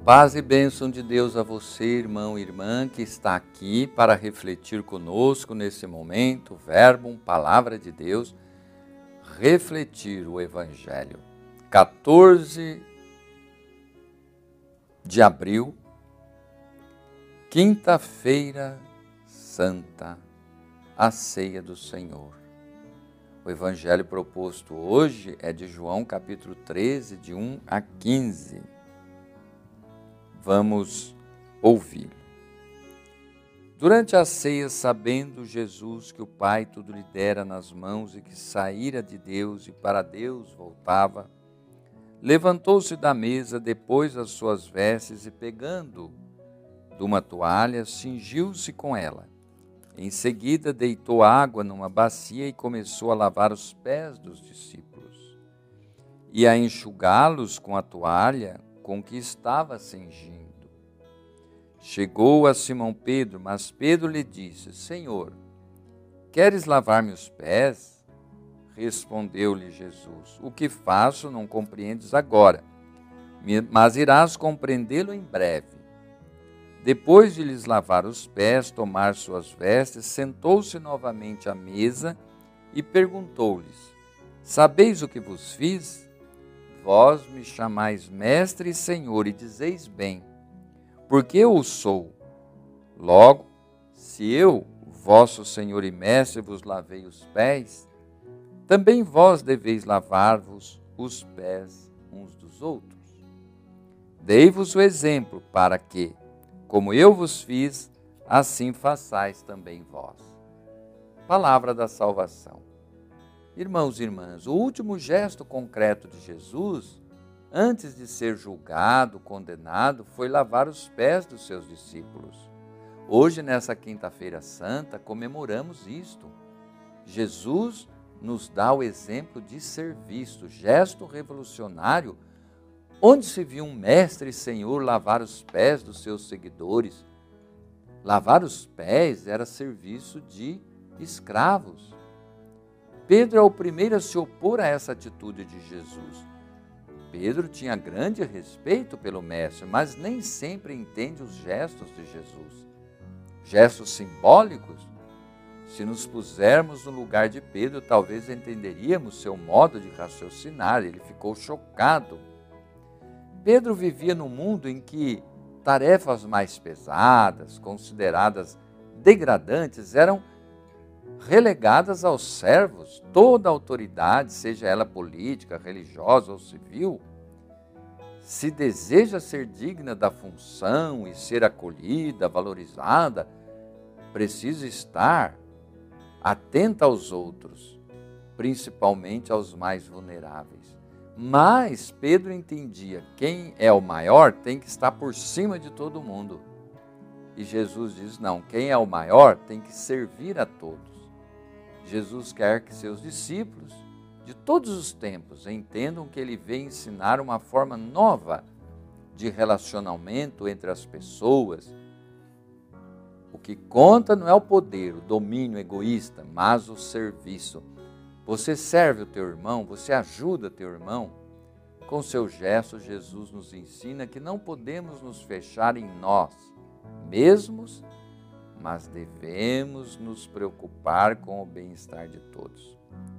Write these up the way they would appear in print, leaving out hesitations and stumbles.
Paz e bênção de Deus a você, irmão e irmã, que está aqui para refletir conosco nesse momento, Verbo, Palavra de Deus, refletir o Evangelho. 14 de abril, quinta-feira santa, a ceia do Senhor. O Evangelho proposto hoje é de João capítulo 13, de 1 a 15. Vamos ouvi-lo. Durante a ceia, sabendo Jesus que o Pai tudo lhe dera nas mãos e que saíra de Deus e para Deus voltava, levantou-se da mesa, depôs as suas vestes e, pegando de uma toalha, cingiu-se com ela. Em seguida, deitou água numa bacia e começou a lavar os pés dos discípulos e a enxugá-los com a toalha com que estava cingindo. Chegou a Simão Pedro, mas Pedro lhe disse: Senhor, queres lavar-me os pés? Respondeu-lhe Jesus: O que faço não compreendes agora, mas irás compreendê-lo em breve. Depois de lhes lavar os pés, tomar suas vestes, sentou-se novamente à mesa e perguntou-lhes: Sabeis o que vos fiz? Vós me chamais mestre e senhor e dizeis bem, porque eu o sou. Logo, se eu, vosso senhor e mestre, vos lavei os pés, também vós deveis lavar-vos os pés uns dos outros. Dei-vos o exemplo para que, como eu vos fiz, assim façais também vós. Palavra da salvação. Irmãos e irmãs, o último gesto concreto de Jesus, antes de ser julgado, condenado, foi lavar os pés dos seus discípulos. Hoje, nessa quinta-feira santa, comemoramos isto. Jesus nos dá o exemplo de serviço, gesto revolucionário, onde se viu um mestre e senhor lavar os pés dos seus seguidores. Lavar os pés era serviço de escravos. Pedro é o primeiro a se opor a essa atitude de Jesus. Pedro tinha grande respeito pelo mestre, mas nem sempre entende os gestos de Jesus. Gestos simbólicos? Se nos pusermos no lugar de Pedro, talvez entenderíamos seu modo de raciocinar. Ele ficou chocado. Pedro vivia num mundo em que tarefas mais pesadas, consideradas degradantes, eram relegadas aos servos. Toda autoridade, seja ela política, religiosa ou civil, se deseja ser digna da função e ser acolhida, valorizada, precisa estar atenta aos outros, principalmente aos mais vulneráveis. Mas Pedro entendia: quem é o maior tem que estar por cima de todo mundo. E Jesus diz: não, quem é o maior tem que servir a todos. Jesus quer que seus discípulos, de todos os tempos, entendam que ele veio ensinar uma forma nova de relacionamento entre as pessoas. O que conta não é o poder, o domínio egoísta, mas o serviço. Você serve o teu irmão, você ajuda o teu irmão. Com seu gesto, Jesus nos ensina que não podemos nos fechar em nós mesmos, mas devemos nos preocupar com o bem-estar de todos.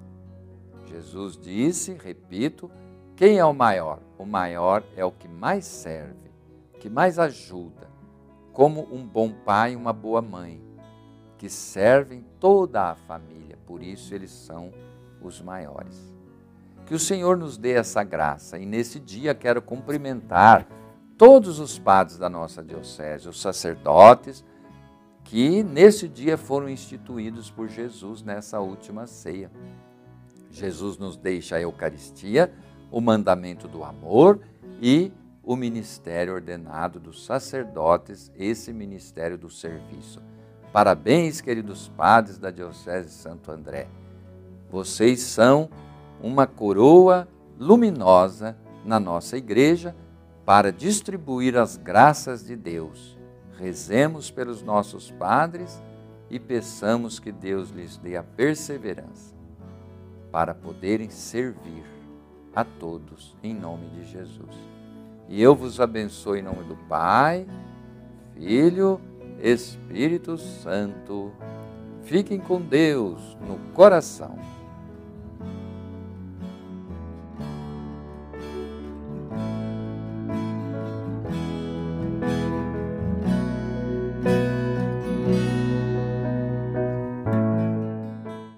Jesus disse, repito, quem é o maior? O maior é o que mais serve, que mais ajuda, como um bom pai e uma boa mãe, que servem toda a família, por isso eles são os maiores. Que o Senhor nos dê essa graça, e nesse dia quero cumprimentar todos os padres da nossa diocese, os sacerdotes, que nesse dia foram instituídos por Jesus nessa última ceia. Jesus nos deixa a Eucaristia, o mandamento do amor e o ministério ordenado dos sacerdotes, esse ministério do serviço. Parabéns, queridos padres da Diocese de Santo André. Vocês são uma coroa luminosa na nossa igreja para distribuir as graças de Deus. Rezemos pelos nossos padres e peçamos que Deus lhes dê a perseverança para poderem servir a todos em nome de Jesus. E eu vos abençoo em nome do Pai, Filho, Espírito Santo. Fiquem com Deus no coração.